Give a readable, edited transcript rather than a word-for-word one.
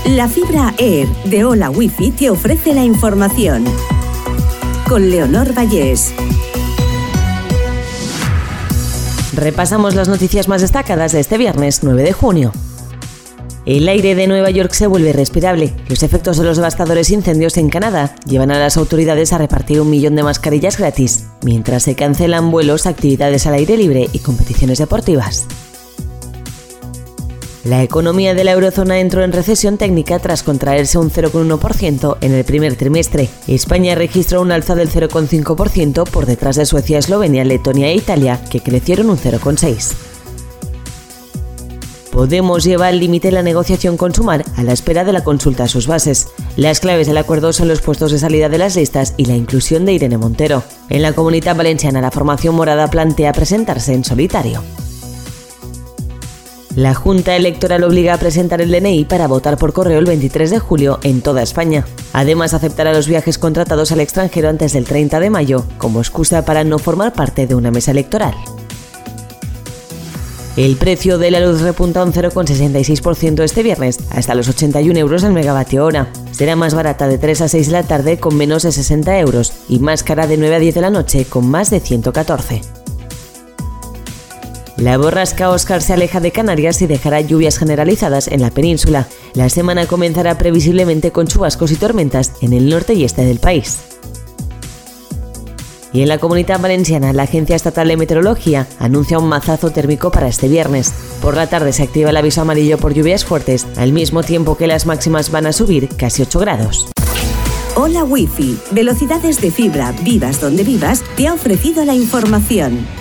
La fibra Air de Hola Wifi te ofrece la información. Con Leonor Vallés. Repasamos las noticias más destacadas de este viernes 9 de junio. El aire de Nueva York se vuelve respirable. Los efectos de los devastadores incendios en Canadá llevan a las autoridades a repartir 1 millón de mascarillas gratis, mientras se cancelan vuelos, actividades al aire libre y competiciones deportivas. La economía de la eurozona entró en recesión técnica tras contraerse un 0,1% en el primer trimestre. España registró un alza del 0,5% por detrás de Suecia, Eslovenia, Letonia e Italia, que crecieron un 0,6%. Podemos lleva al límite la negociación con Sumar a la espera de la consulta a sus bases. Las claves del acuerdo son los puestos de salida de las listas y la inclusión de Irene Montero. En la Comunitat Valenciana, la formación morada plantea presentarse en solitario. La Junta Electoral obliga a presentar el DNI para votar por correo el 23 de julio en toda España. Además, aceptará los viajes contratados al extranjero antes del 30 de mayo, como excusa para no formar parte de una mesa electoral. El precio de la luz repunta un 0,66% este viernes, hasta los 81 euros al megavatio hora. Será más barata de 3 a 6 de la tarde con menos de 60 euros y más cara de 9 a 10 de la noche con más de 114. La borrasca Óscar se aleja de Canarias y dejará lluvias generalizadas en la península. La semana comenzará previsiblemente con chubascos y tormentas en el norte y este del país. Y en la Comunitat Valenciana, la Agencia Estatal de Meteorología anuncia un mazazo térmico para este viernes. Por la tarde se activa el aviso amarillo por lluvias fuertes, al mismo tiempo que las máximas van a subir casi 8 grados. Hola Wifi, velocidades de fibra, vivas donde vivas, te ha ofrecido la información.